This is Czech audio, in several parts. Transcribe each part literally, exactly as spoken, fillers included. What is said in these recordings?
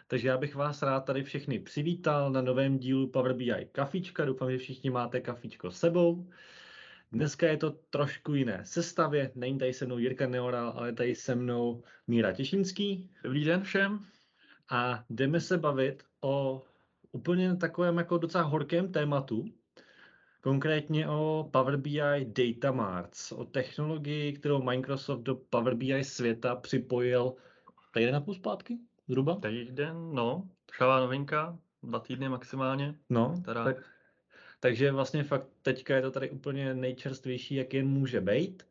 Takže já bych vás rád tady všechny přivítal na novém dílu Power B I Kafička. Doufám, že všichni máte kafičko s sebou. Dneska je to trošku jiné sestavě. Není tady se mnou Jirka Neoral, ale tady se mnou Míra Těšínský. Dobrý den všem. A jdeme se bavit o úplně takovém jako docela horkém tématu. Konkrétně o Power B I Data Marts, o technologii, kterou Microsoft do Power B I světa připojil týden a půl zpátky, zhruba. Týden, no, šavá novinka, dva týdny maximálně. No, Teda. tak, takže vlastně fakt teďka je to tady úplně nejčerstvější, jak jen může být.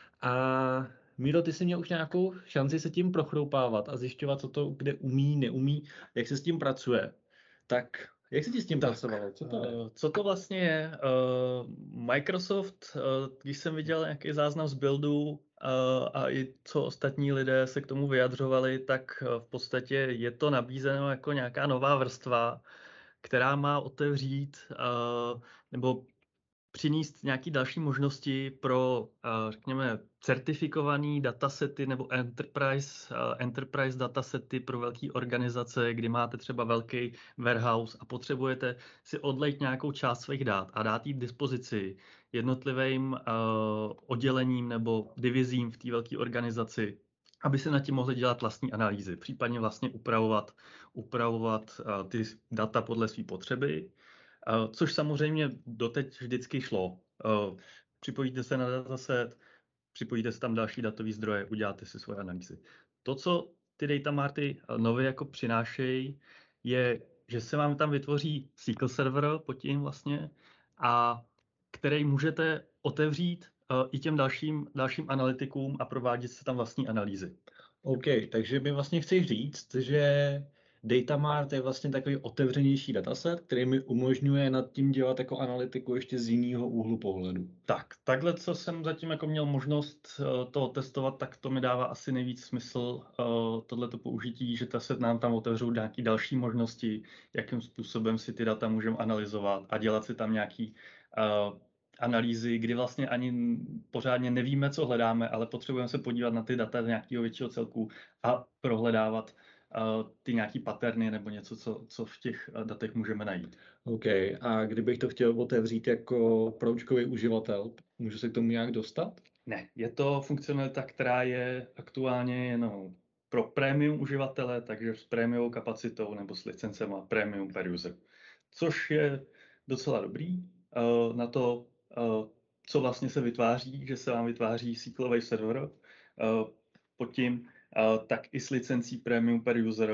A Míro, ty jsi měl už nějakou šanci se tím prochroupávat a zjišťovat, co to kde umí, neumí, jak se s tím pracuje. Tak jak jsi ti s tím tak, pracoval? Co to je? Uh, co to vlastně je? Uh, Microsoft, uh, když jsem viděl nějaký záznam z buildu uh, a i co ostatní lidé se k tomu vyjadřovali, tak uh, v podstatě je to nabízeno jako nějaká nová vrstva, která má otevřít uh, nebo přinést nějaké další možnosti pro, řekněme, certifikované datasety nebo enterprise, enterprise datasety pro velké organizace, kdy máte třeba velký warehouse a potřebujete si odlejt nějakou část svých dat a dát ji k dispozici jednotlivým uh, oddělením nebo divizím v té velké organizaci, aby se na tím mohli dělat vlastní analýzy, případně vlastně upravovat, upravovat uh, ty data podle své potřeby. Uh, což samozřejmě doteď vždycky šlo. Uh, připojíte se na dataset, připojíte se tam další datový zdroje, uděláte si svoje analýzy. To, co ty data marty nově jako přinášejí, je, že se vám tam vytvoří S Q L server pod tím vlastně, a který můžete otevřít uh, i těm dalším, dalším analytikům a provádět se tam vlastní analýzy. OK, takže mi vlastně chceš říct, že Datamart je vlastně takový otevřenější dataset, který mi umožňuje nad tím dělat jako analytiku ještě z jiného úhlu pohledu. Tak, takhle, co jsem zatím jako měl možnost uh, to testovat, tak to mi dává asi nejvíc smysl uh, tohleto použití, že ta se nám tam otevřou nějaké další možnosti, jakým způsobem si ty data můžeme analyzovat a dělat si tam nějaký uh, analýzy, kdy vlastně ani pořádně nevíme, co hledáme, ale potřebujeme se podívat na ty data z nějakého většího celku a prohledávat uh, ty nějaký paterny nebo něco, co, co v těch uh, datech můžeme najít. OK, a kdybych to chtěl otevřít jako proučkový uživatel, můžu se k tomu nějak dostat? Ne, je to funkcionalita, která je aktuálně jenom pro premium uživatele, takže s prémiovou kapacitou nebo s licencema premium per user. Což je docela dobrý uh, na to, uh, co vlastně se vytváří, že se vám vytváří S Q L server uh, pod tím, uh, tak i s licencí premium per user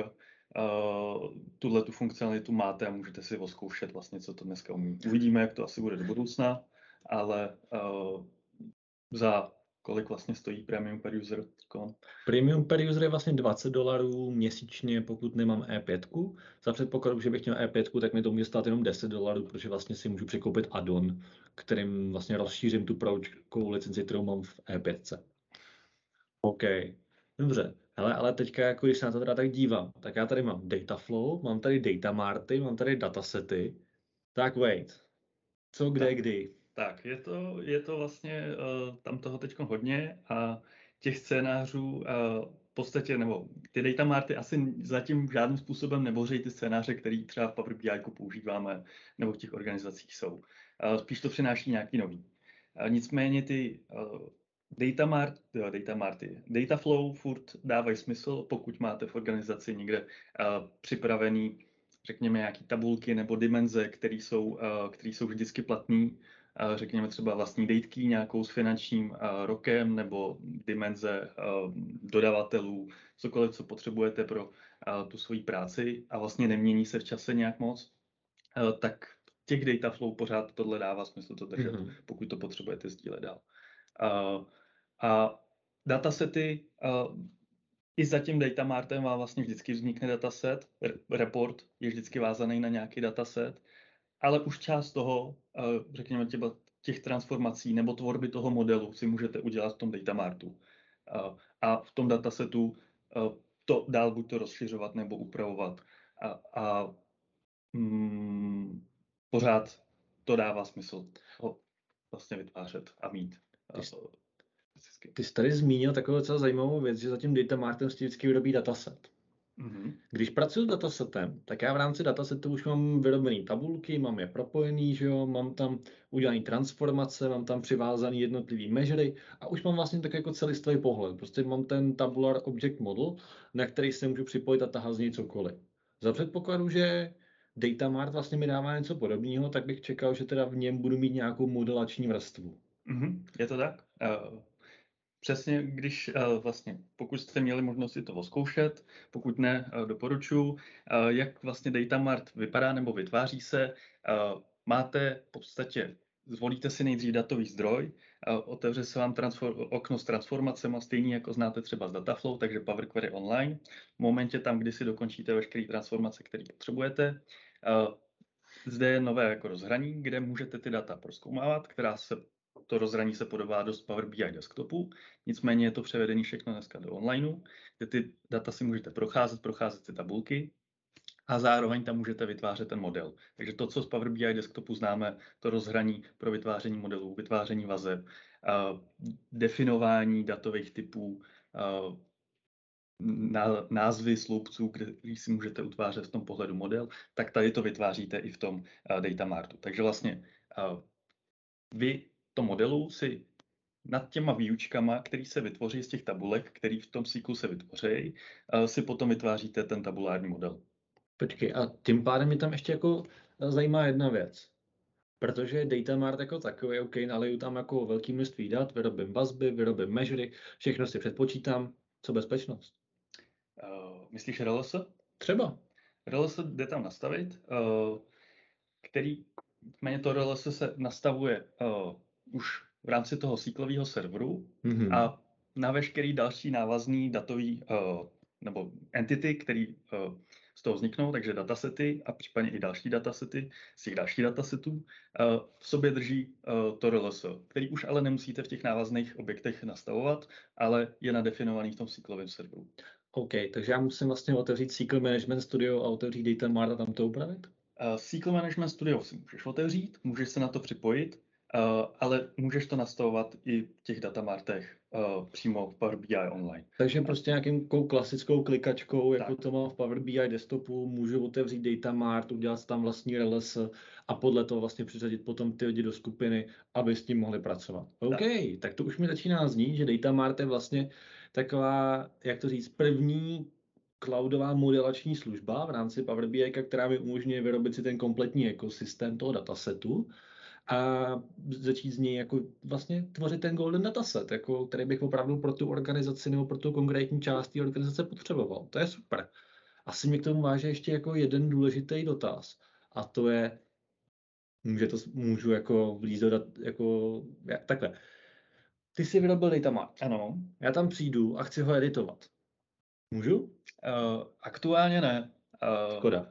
uh, tuhle tu funkcionalitu máte a můžete si oskoušet vlastně, co to dneska umí. Uvidíme, jak to asi bude do budoucna, ale uh, za kolik vlastně stojí premium per user? Premium per user je vlastně dvacet dolarů měsíčně, pokud nemám E pět. Za předpokladu, že bych měl E pět, tak mi to může stát jenom deset dolarů, protože vlastně si můžu překoupit add-on, kterým vlastně rozšířím tu proučkovou licenci, kterou mám v E pět. OK, dobře. Hele, ale teďka, jako když se na to teda tak dívám, tak já tady mám Dataflow, mám tady Datamarty, mám tady datasety. Tak wait, co, kde, tak. kdy? Tak, je to, je to vlastně uh, tam toho teď hodně a těch scénářů uh, v podstatě, nebo ty datamarty asi zatím žádným způsobem neboří ty scénáře, který třeba v Power B I používáme nebo v těch organizacích jsou. Uh, spíš to přináší nějaký nový. Uh, nicméně ty uh, datamart, jo, datamarty, dataflow furt dávají smysl, pokud máte v organizaci někde uh, připravený, řekněme, nějaký tabulky nebo dimenze, které jsou, uh, které jsou vždycky platné, řekněme třeba vlastní dejtky nějakou s finančním rokem nebo dimenze dodavatelů, cokoliv, co potřebujete pro tu svoji práci a vlastně nemění se v čase nějak moc, tak těch dataflow pořád tohle dává smysl to držet, mm-hmm. pokud to potřebujete sdílet dál. A datasety, i za tím datamartem vám vlastně vždycky vznikne dataset, report je vždycky vázaný na nějaký dataset, ale už část toho, řekněme, těba, těch transformací nebo tvorby toho modelu si můžete udělat v tom datamartu. A v tom datasetu to dál buď to rozšiřovat nebo upravovat. A, a mm, pořád to dává smysl ho vlastně vytvářet a mít. Ty, ty jsi tady zmínil takovou docela zajímavou věc, že za tím datamartem si vždycky vyrobí dataset. Mhm. Když pracuji s datasetem, tak já v rámci datasetu už mám vyrobené tabulky, mám je propojený, že jo, mám tam udělané transformace, mám tam přivázaný jednotlivý measury a už mám vlastně tak jako celistvý pohled. Prostě mám ten tabular object model, na který se můžu připojit a tahat z něj cokoliv. Za předpokladu, že Datamart vlastně mi dává něco podobného, tak bych čekal, že teda v něm budu mít nějakou modelační vrstvu. Mhm. Je to tak? Uh, Přesně, když uh, vlastně, pokud jste měli možnost si to oskoušet, pokud ne, uh, doporučuji, uh, jak vlastně Datamart vypadá nebo vytváří se, uh, máte v podstatě, zvolíte si nejdřív datový zdroj, uh, otevře se vám transfor- okno s transformacemi, stejný jako znáte třeba z Dataflow, takže Power Query Online. V momentě tam, kdy si dokončíte veškeré transformace, které potřebujete, uh, zde je nové jako rozhraní, kde můžete ty data prozkoumávat, která se, to rozhraní se podobá dost Power B I desktopu, nicméně je to převedené všechno dneska do onlineu, kde ty data si můžete procházet, procházet ty tabulky a zároveň tam můžete vytvářet ten model. Takže to, co z Power B I desktopu známe, to rozhraní pro vytváření modelů, vytváření vazeb, definování datových typů, názvy sloupců, který si můžete utvářet v tom pohledu model, tak tady to vytváříte i v tom uh, Datamartu. Takže vlastně uh, vy to modelu si nad těma výučkama, který se vytvoří z těch tabulek, který v tom SQL se vytvoří, uh, si potom vytváříte ten tabulární model. Počkej, a tím pádem mě tam ještě jako zajímá jedna věc. Protože Datamart jako takový, OK, naliju tam jako velké množství dat, vyrobím vazby, vyrobím measury, všechno si předpočítám. Co bezpečnost? Uh, myslíš R L S? Třeba. R L S jde tam nastavit, uh, který, méně to R L S se nastavuje uh, už v rámci toho SQLového serveru Mm-hmm. a na veškerý další návazný datový uh, nebo entity, který uh, z toho vzniknou, takže datasety a případně i další datasety z těch dalších datasetů uh, v sobě drží uh, to R L S, který už ale nemusíte v těch návazných objektech nastavovat, ale je nadefinovaný v tom SQLovém serveru. OK, takže já musím vlastně otevřít S Q L Management Studio a otevřít Datamart a tam to upravit? Uh, S Q L Management Studio si můžeš otevřít, můžeš se na to připojit, uh, ale můžeš to nastavovat i v těch datamartech uh, přímo v Power B I Online. Takže prostě nějakým klasickou klikačkou, jako Tak. to mám v Power B I desktopu, můžu otevřít Datamart, udělat tam vlastní R L S a podle toho vlastně přiřadit potom ty lidi do skupiny, aby s tím mohli pracovat. OK, tak, tak to už mi začíná znít, že Datamart je vlastně taková, jak to říct, první cloudová modelační služba v rámci Power B I, která mi umožňuje vyrobit si ten kompletní ekosystém toho datasetu a začít z něj jako vlastně tvořit ten golden dataset, jako, který bych opravdu pro tu organizaci nebo pro tu konkrétní část té organizace potřeboval. To je super. Asi mě k tomu váže ještě jako jeden důležitý dotaz. A to je, může to, můžu jako vlízt do dat, jako, jak, takhle. Ty jsi vyrobil datamart. Ano. Já tam přijdu a chci ho editovat. Můžu? Uh, aktuálně ne. Uh, Škoda.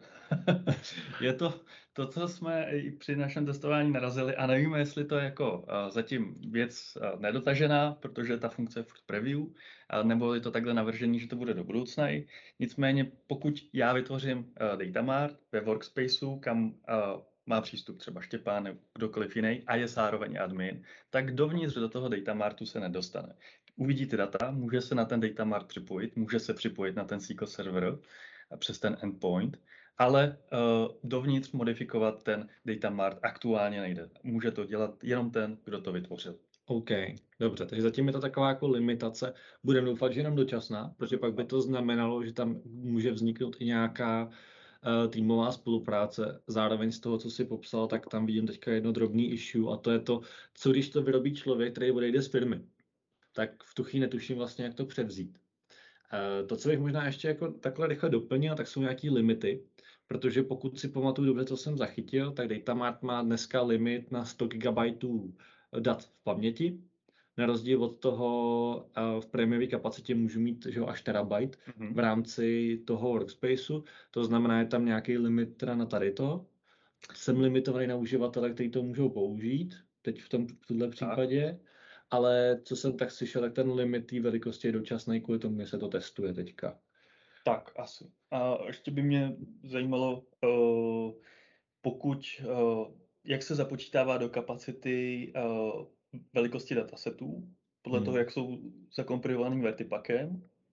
Je to to, co jsme i při našem testování narazili a nevíme, jestli to je jako uh, zatím věc uh, nedotažená, protože ta funkce je furt preview, uh, nebo je to takhle navržený, že to bude do budoucna. Nicméně, pokud já vytvořím uh, Datamart ve workspaceu, kam uh, má přístup třeba Štěpán nebo kdokoliv jiný a je zároveň admin, tak dovnitř do toho Datamartu se nedostane. Uvidí ty data, může se na ten Datamart připojit, může se připojit na ten S Q L server přes ten endpoint, ale uh, dovnitř modifikovat ten Datamart aktuálně nejde. Může to dělat jenom ten, kdo to vytvořil. OK, dobře, takže zatím je to taková jako limitace. Budeme doufat, že jenom dočasná, protože pak by to znamenalo, že tam může vzniknout i nějaká uh, týmová spolupráce. Zároveň z toho, co si popsal, tak tam vidím teďka jedno drobný issue a to je to, co když to vyrobí člověk, který odejde z firmy. Tak v tu chvíli netuším vlastně, jak to převzít. Uh, to, co bych možná ještě jako takhle rychle doplnil, tak jsou nějaký limity, protože pokud si pamatuju dobře, co jsem zachytil, tak Datamart má dneska limit na sto gigabajtů dat v paměti. Na rozdíl od toho uh, v prémiové kapacitě můžu mít že jo, až terabyte Mm-hmm. v rámci toho workspaceu. To znamená, je tam nějaký limit teda na tady to. Jsem limitovaný na uživatele, kteří to můžou použít, teď v, tom, v tomto případě. Ale co jsem tak slyšel, tak ten limit té velikosti je dočasný, kvůli tomu, že se to testuje teďka. Tak, asi. A ještě by mě zajímalo, uh, pokud, uh, jak se započítává do kapacity uh, velikosti datasetů, podle Hmm. toho, jak jsou zakompilovaný vertipakem,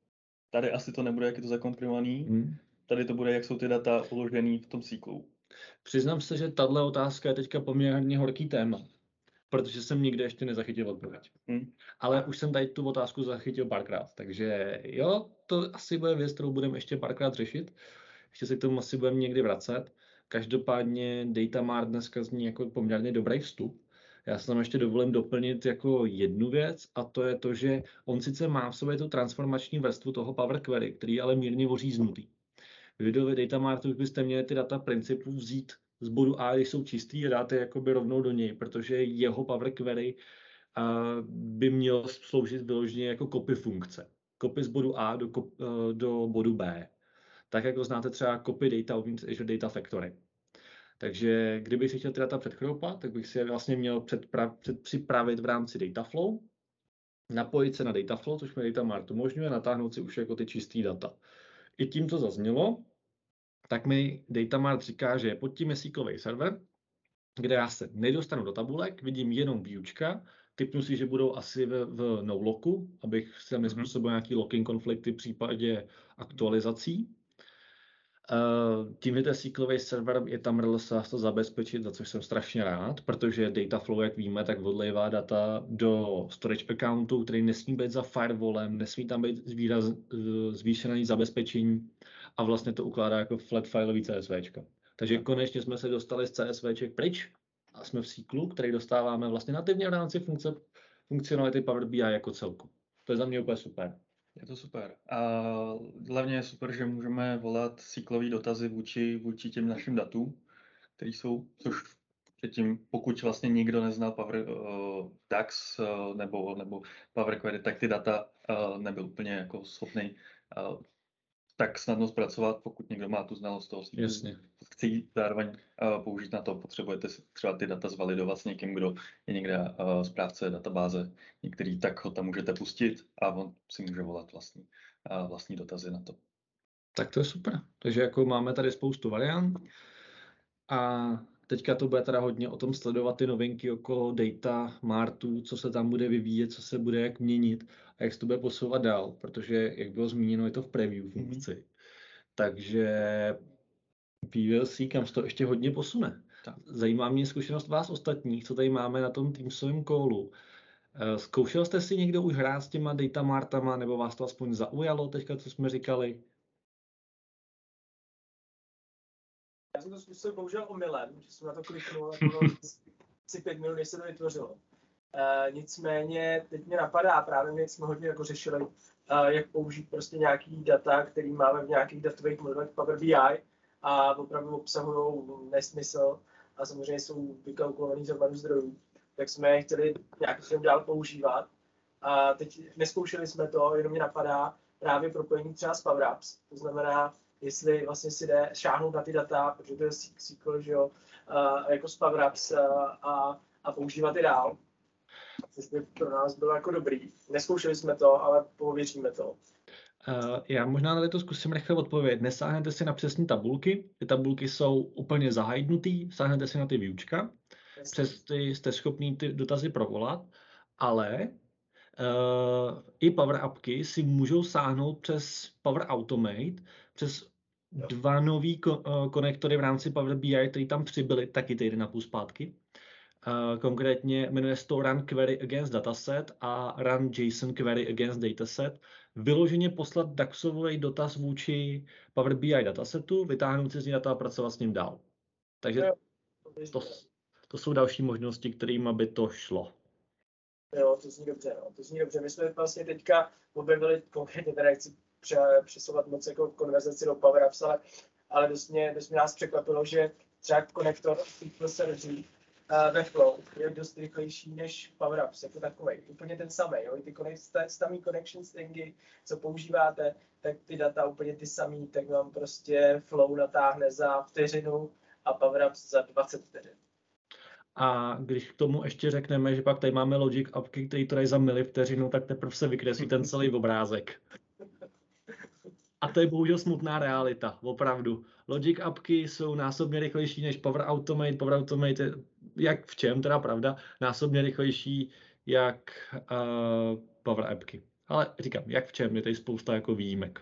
Tady asi to nebude, jak je to zakomprimovaný. Hmm. Tady to bude, jak jsou ty data uložený v tom S Q Lu. Přiznám se, že tahle otázka je teďka poměrně horký téma, protože jsem nikde ještě nezachytil odpověď. Hmm. Ale už jsem tady tu otázku zachytil párkrát, takže jo, to asi bude věc, kterou budeme ještě párkrát řešit. Ještě se k tomu asi budeme někdy vracet. Každopádně Datamart dneska zní jako poměrně dobrý vstup. Já se tam ještě dovolím doplnit jako jednu věc, a to je to, že on sice má v sobě tu transformační vrstvu toho Power Query, který je ale mírně oříznutý. V videově Datamartu už byste měli ty data principů vzít z bodu A, když jsou čistý, a dáte jakoby rovnou do něj, protože jeho Power Query uh, by měl sloužit vyloženě jako copy funkce. Copy z bodu A do, uh, do bodu B. Tak jako znáte třeba copy data uvnitř Azure Data Factory. Takže kdybych si chtěl ty data předchroupat, tak bych si je vlastně měl předpra- předpřipravit v rámci Dataflow, napojit se na Dataflow, což mi Datamart umožňuje, natáhnout si už jako ty čistý data. I tím, co zaznělo, tak mi Datamart říká, že pod tím je S Q Lový server, kde já se nedostanu do tabulek, vidím jenom viewčka, typnu si, že budou asi v, v no-locku, abych si tam nezpůsobil nějaký locking konflikty v případě aktualizací. Uh, tím, že ten S Q Lový server je tam R L S to zabezpečit, za což jsem strašně rád, protože Dataflow, jak víme, tak odlejvá data do storage accountu, který nesmí být za firewallem, nesmí tam být zvýraz, zvýšený zabezpečení a vlastně to ukládá jako flat fileový CSVčka. Takže konečně jsme se dostali z CSVček pryč a jsme v S Q Lu, který dostáváme vlastně nativně v rámci funkce, funkcionality Power B I jako celku. To je za mě úplně super. Je to super. A hlavně je super, že můžeme volat S Q Lový dotazy vůči, vůči těm našim datům, které jsou, což předtím, pokud vlastně nikdo neznal Power uh, D A X uh, nebo, nebo Power Query, tak ty data uh, nebyl úplně jako schopný uh, tak snadno zpracovat, pokud někdo má tu znalost toho S Q Lu. Jasně. Chce jít zároveň uh, použít na to, potřebujete si třeba ty data zvalidovat s někým, kdo je někde uh, správce databáze, některý, tak ho tam můžete pustit a on si může volat vlastní, uh, vlastní dotazy na to. Tak to je super. Takže jako máme tady spoustu variant a teďka to bude teda hodně o tom sledovat ty novinky okolo Datamartu, co se tam bude vyvíjet, co se bude jak měnit a jak se to bude posouvat dál, protože, jak bylo zmíněno, je to v preview funkci. Mm-hmm. Takže we will see, kam se to ještě hodně posune. Tak. Zajímá mě zkušenost vás ostatních, co tady máme na tom Teamsovém callu. Zkoušel jste si někdo už hrát s těma Datamartama, nebo vás to aspoň zaujalo teďka, co jsme říkali? Já jsem to zkusil bohužel omylem, že jsem na to kliknul a bylo asi pět minut, než se to vytvořilo. Uh, nicméně teď mě napadá, právě my jsme hodně jako řešili, uh, jak použít prostě nějaký data, který máme v nějakých datových modelech Power B I a opravdu obsahují nesmysl a samozřejmě jsou vykalkulovaný z obranu zdrojů. Tak jsme je chtěli nějakým způsobem dál používat. A teď neskoušeli jsme to, jenom mě napadá právě propojení třeba s Power Apps. To znamená, jestli vlastně si jde šáhnout na ty data, protože to je S Q L, že jo, uh, jako z Power Apps uh, a, a používat je dál. Což by pro nás bylo jako dobrý. Neskoušeli jsme to, ale pověříme to. Uh, já možná na to zkusím rychle odpovědět. Nesáhnete si na přesné tabulky, ty tabulky jsou úplně zahajdnutý, sáhnete si na ty výučka, přes ty jste schopný ty dotazy provolat, ale uh, i Power Appky si můžou sáhnout přes Power Automate, přes jo. dva nový ko- uh, konektory v rámci Power B I, které tam přibyly taky týden a půl zpátky. Uh, konkrétně jmenuje se to Run Query Against Dataset a Run JSON Query Against Dataset. Vyloženě poslat DAXový dotaz vůči Power B I datasetu, vytáhnout si z něj data a pracovat s ním dál. Takže to, to jsou další možnosti, kterými by to šlo. Jo, to zní dobře, no. To zní dobře. My jsme vlastně teďka objevili, konkrétně teda nechci přesouvat moc jako konverzaci do Power Apps, ale, ale dost mě, dost mě nás překvapilo, že třeba konektor S Q L serveří Uh, ve Flow je dost rychlejší než Power Apps, jako takovej. Úplně ten samý, jo. I ty samý connection stringy, co používáte, tak ty data úplně ty samý, tak vám prostě Flow natáhne za vteřinu a Power Apps za dvacet vteřin. A když k tomu ještě řekneme, že pak tady máme Logic Appky, který to dají za milivteřinu, tak teprve se vykreslí ten celý obrázek. A to je bohužel smutná realita, opravdu. Logic Appky jsou násobně rychlejší než Power Automate. Power Automate je, jak v čem, teda pravda, násobně rychlejší jak uh, Power Appky. Ale říkám, jak v čem, je tady spousta jako výjimek.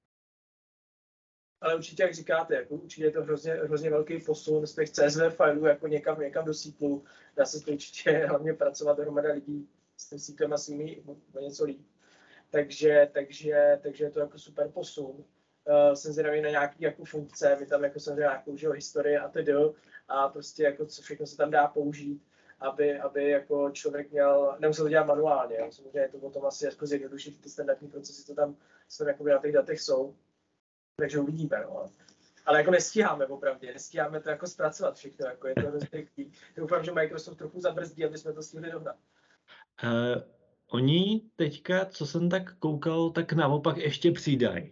Ale určitě, jak říkáte, jako určitě je to hrozně, hrozně velký posun z těch C S V filů jako někam, někam do sýklu. Dá se to určitě hlavně pracovat dohromady lidí s tím sýklem a svými o něco líp. Takže, takže, takže je to jako super posun. Uh, jsem zvědavý na nějaký jako funkce, my tam jako samozřejmě nějakou že, historii a tedy a prostě jako co všechno se tam dá použít, aby, aby jako člověk měl, nemusel to dělat manuálně, jo. Samozřejmě je to potom asi jako zjednodušit ty standardní procesy, co tam, co tam jako na těch datech jsou. Takže uvidíme, no. Ale jako nestíháme opravdu, nestíháme to jako zpracovat všechno, jako je to hrozně. Doufám, že Microsoft trochu zabrzdí, aby jsme to stihli dohnat. Uh, oni teďka, co jsem tak koukal, tak naopak ještě přidají.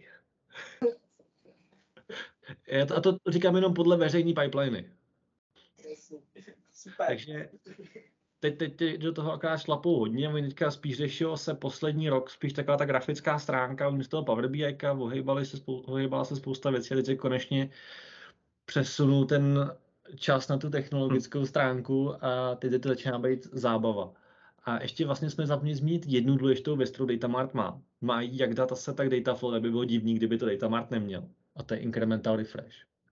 A to říkám jenom podle veřejné pipeliny. Super. Takže teď, teď, teď do toho akorát šlapou hodně, oni teďka spíš řešilo se poslední rok, spíš taková ta grafická stránka, oni z toho Power B I, ohejbali se, ohejbala se spousta věcí a teď se konečně přesunul ten čas na tu technologickou stránku a teď to začíná být zábava. A ještě vlastně jsme zapomněli zmínit jednu důležitou věc, kterou Datamart má. Mají jak dataset, tak dataflow, aby bylo divný, kdyby to Datamart neměl. A to je incremental refresh.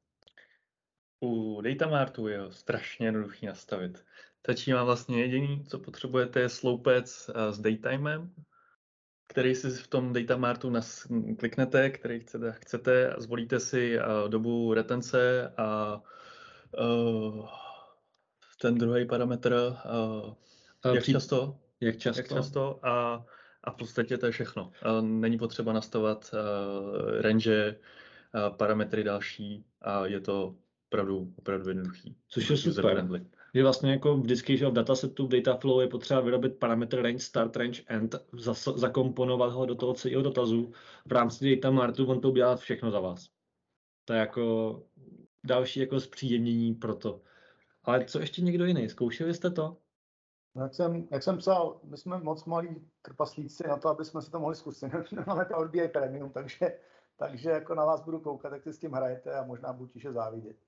U Datamartu je strašně jednoduchý nastavit. Stačí vám vlastně jediný, co potřebujete, je sloupec s datimem, který si v tom Datamartu nas- kliknete, který chcete, chcete, zvolíte si uh, dobu retence a uh, ten druhý parametr, uh, jak Při... často, jak často, jak často a, a v podstatě to je všechno. Uh, není potřeba nastavovat uh, range, uh, parametry další a je to opravdu, opravdu jednoduchý. Což je super. Je vlastně jako vždycky, že v datasetu v dataflow je potřeba vyrobit parametr range start, range end, zas, zakomponovat ho do toho celého dotazu. V rámci Datamartu on to udělá všechno za vás. To je jako další jako zpříjemnění pro to. Ale co ještě někdo jiný? Zkoušeli jste to? Jak jsem, jak jsem psal, my jsme moc malí trpaslíci na to, aby jsme si to mohli zkusit. Máme Power B I Premium, takže, takže jako na vás budu koukat, jak si s tím hrajete a možná budu tiše závidět.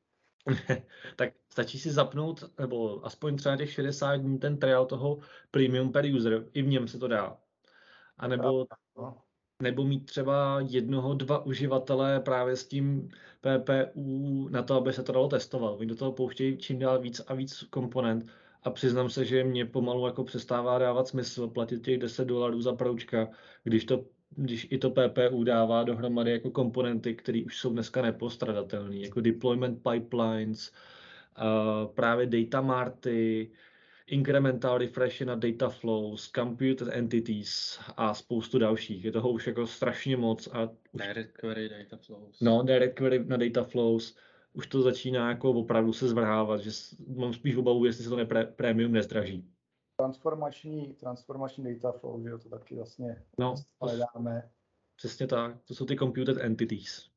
Tak stačí si zapnout, nebo aspoň třeba těch šedesát dní ten trial toho premium per user, i v něm se to dá. A nebo, no. nebo mít třeba jednoho, dva uživatele právě s tím P P U na to, aby se to dalo testovat. Oni do toho pouštějí čím dál víc a víc komponent a přiznám se, že mě pomalu jako přestává dávat smysl platit těch deset dolarů za proučka, když to když i to P P U dává dohromady jako komponenty, které už jsou dneska nepostradatelné, jako deployment pipelines, uh, právě datamarty, incremental refresh na data flows, computed entities a spoustu dalších. Je toho už jako strašně moc. A už... Direct query data flows. No, direct query na data flows. Už to začíná jako opravdu se zvrhávat, že mám spíš obavu, jestli se to nepre, premium nezdraží. Transformační, transformační data flow, že jo, to taky vlastně no, hledáme. Přesně tak, to jsou ty computed entities.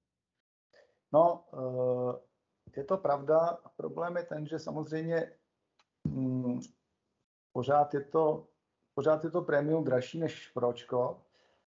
No, je to pravda. Problém je ten, že samozřejmě hmm, pořád je to, pořád je to premium dražší než pročko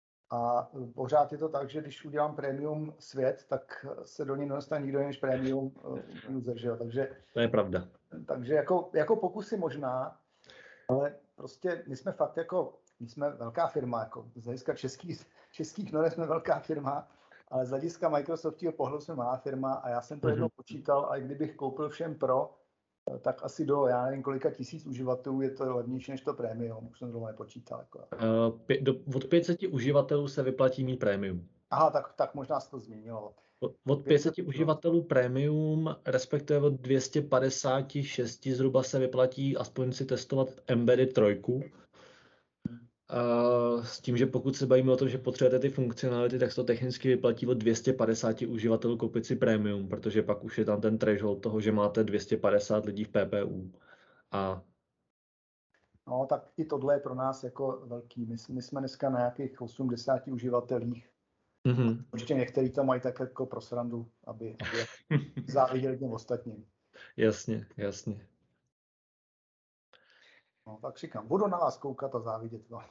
a pořád je to tak, že když udělám premium svět, tak se do něj nedostane nikdo než premium user, že jo, takže to je pravda. Takže jako, jako pokusy možná, ale prostě my jsme fakt jako, my jsme velká firma, jako z hlediska českých, českých norem jsme velká firma, ale z hlediska Microsoftího pohledu jsme malá firma a já jsem to mm-hmm. jednou počítal a i kdybych koupil všem pro, tak asi do, já nevím, kolika tisíc uživatelů je to levnější než to premium, už jsem to nepočítal. Jako. Uh, pě, do, od pět set uživatelů se vyplatí mít premium. Aha, tak, tak možná se to změnilo. Od, od pět set uživatelů premium, respektive od dvě stě padesát šest zhruba se vyplatí aspoň si testovat Embedded trojku. Uh, s tím, že pokud se bavíme o tom, že potřebujete ty funkcionality, tak se to technicky vyplatí od dvě stě padesát uživatelů koupit si premium, protože pak už je tam ten threshold toho, že máte dvě stě padesát lidí v P P U. A... No, tak i tohle je pro nás jako velký. My, my jsme dneska na nějakých osmdesáti uživatelích. Mm-hmm. Určitě některý to mají tak jako pro srandu, aby, aby záviděli těm ostatním. Jasně, jasně. No, tak říkám, budu na vás koukat a závidět. No,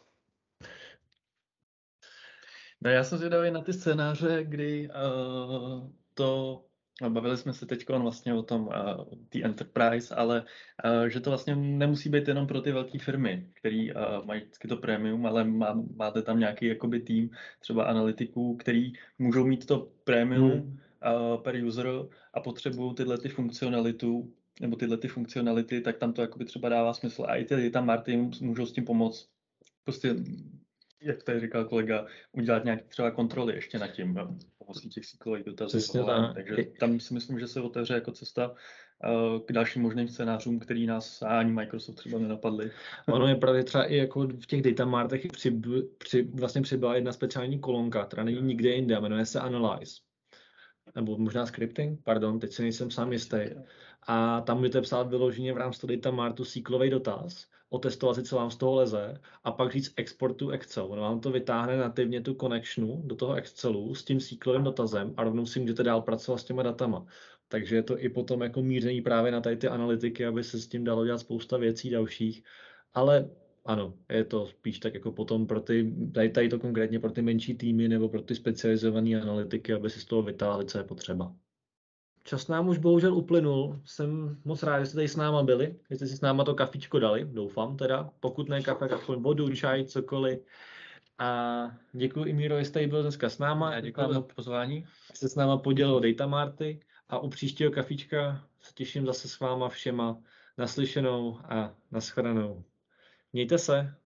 no já jsem zvědavý na ty scénáře, kdy uh, to Bavili jsme se teď vlastně o tom, uh, té enterprise, ale uh, že to vlastně nemusí být jenom pro ty velké firmy, který uh, mají vždycky to premium, ale má, máte tam nějaký jakoby tým třeba analytiků, který můžou mít to premium hmm. uh, per user a potřebují tyhle ty funkcionalitu, nebo tyhle ty funkcionality, tak tam to jakoby třeba dává smysl. A i ty data marty můžou s tím pomoct. Prostě, jak tady říkal kolega, udělat nějaké třeba kontroly ještě nad tím, no, pomocí těch sýklových dotazů. Takže tam si myslím, že se otevře jako cesta uh, k dalším možným scénářům, který nás ani Microsoft třeba nenapadly. Ono je právě třeba i jako v těch data martech při, při, vlastně přibyla jedna speciální kolonka, která není nikde jinde, jmenuje se Analyze. Nebo možná scripting, pardon, teď si nejsem sám jistý. A tam můžete psát vyloženě v rámci toho data martu sýklový dotaz, otestovat si, co vám z toho leze, a pak říct export to Excel. Ono vám to vytáhne nativně tu connectionu do toho Excelu s tím sýklovým dotazem a rovnou si můžete dál pracovat s těma datama. Takže je to i potom jako míření právě na tady ty analytiky, aby se s tím dalo dělat spousta věcí dalších. Ale ano, je to spíš tak jako potom pro ty, tady, tady to konkrétně pro ty menší týmy nebo pro ty specializované analytiky, aby si z toho vytáhli, co je potřeba. Čas nám už bohužel uplynul. Jsem moc rád, že jste tady s náma byli, že jste si s náma to kafičko dali, doufám teda. Pokud ne kafe, tak aspoň vodu, čaj, cokoliv. A děkuji i Míro, že jste byl dneska s náma. Já děkuji za pozvání. Jste s náma podělil data marty a u příštího kafička se těším zase s váma všema naslyšenou a nashledanou. Mějte se.